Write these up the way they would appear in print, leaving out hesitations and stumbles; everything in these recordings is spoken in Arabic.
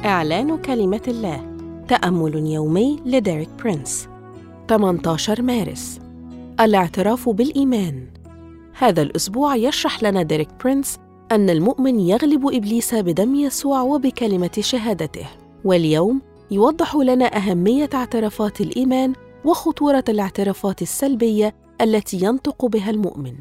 إعلان كلمة الله. تأمل يومي لديريك برينس. 18 مارس. الاعتراف بالإيمان. هذا الأسبوع يشرح لنا ديريك برينس أن المؤمن يغلب إبليس بدم يسوع وبكلمة شهادته، واليوم يوضح لنا أهمية اعترافات الإيمان وخطورة الاعترافات السلبية التي ينطق بها المؤمن.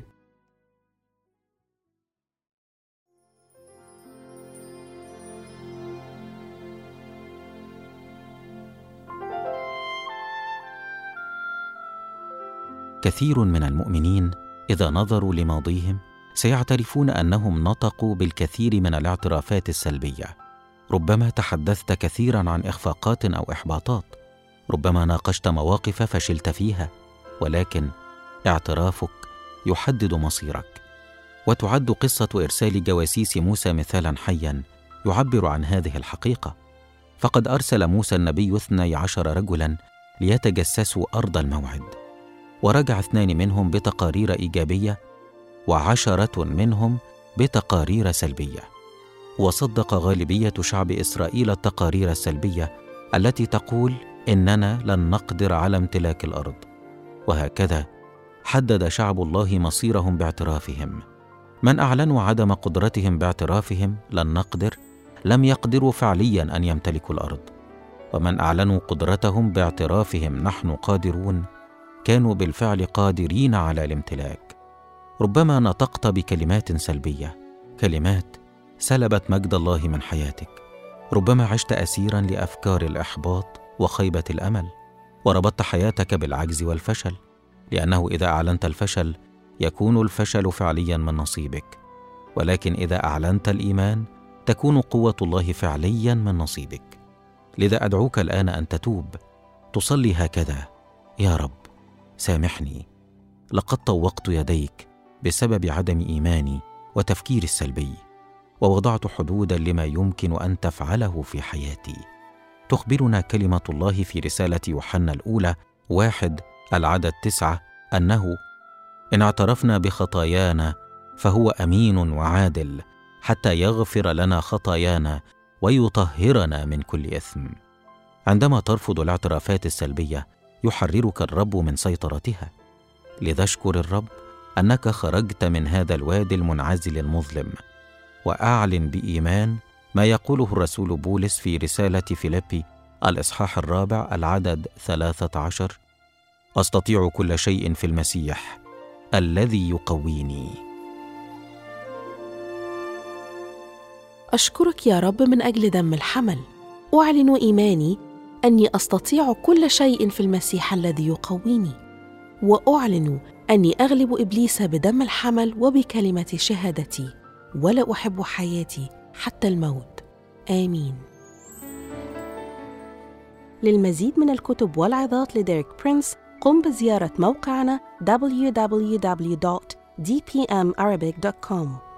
كثير من المؤمنين إذا نظروا لماضيهم سيعترفون أنهم نطقوا بالكثير من الاعترافات السلبية. ربما تحدثت كثيراً عن إخفاقات أو إحباطات، ربما ناقشت مواقف فشلت فيها، ولكن اعترافك يحدد مصيرك. وتعد قصة إرسال جواسيس موسى مثالاً حياً يعبر عن هذه الحقيقة. فقد أرسل موسى النبي 12 رجلاً ليتجسسوا أرض الموعد، ورجع 2 منهم بتقارير إيجابية و10 منهم بتقارير سلبية. وصدق غالبية شعب إسرائيل التقارير السلبية التي تقول إننا لن نقدر على امتلاك الأرض. وهكذا حدد شعب الله مصيرهم باعترافهم. من أعلنوا عدم قدرتهم باعترافهم لن نقدر، لم يقدروا فعليا أن يمتلكوا الأرض. ومن أعلنوا قدرتهم باعترافهم نحن قادرون، كانوا بالفعل قادرين على الامتلاك. ربما نطقت بكلمات سلبية، كلمات سلبت مجد الله من حياتك. ربما عشت أسيراً لأفكار الإحباط وخيبة الأمل، وربطت حياتك بالعجز والفشل، لأنه إذا أعلنت الفشل يكون الفشل فعلياً من نصيبك، ولكن إذا أعلنت الإيمان تكون قوة الله فعلياً من نصيبك. لذا أدعوك الآن أن تتوب، تصلي هكذا: يا رب سامحني، لقد طوقت يديك بسبب عدم إيماني وتفكيري السلبي، ووضعت حدوداً لما يمكن أن تفعله في حياتي. تخبرنا كلمة الله في رسالة يوحنا الأولى 1:9 أنه إن اعترفنا بخطايانا فهو أمين وعادل حتى يغفر لنا خطايانا ويطهرنا من كل إثم. عندما ترفض الاعترافات السلبية يحررك الرب من سيطرتها. لذا اشكر الرب أنك خرجت من هذا الوادي المنعزل المظلم، وأعلن بإيمان ما يقوله الرسول بولس في رسالة فيليبي الإصحاح 4 العدد 13: أستطيع كل شيء في المسيح الذي يقويني. أشكرك يا رب من أجل دم الحمل. أعلن إيماني أني أستطيع كل شيء في المسيح الذي يقويني، وأعلن أني أغلب إبليس بدم الحمل وبكلمة شهادتي، ولا أحب حياتي حتى الموت. آمين. للمزيد من الكتب والعظات لديريك برينس قم بزيارة موقعنا www.dpmarabic.com.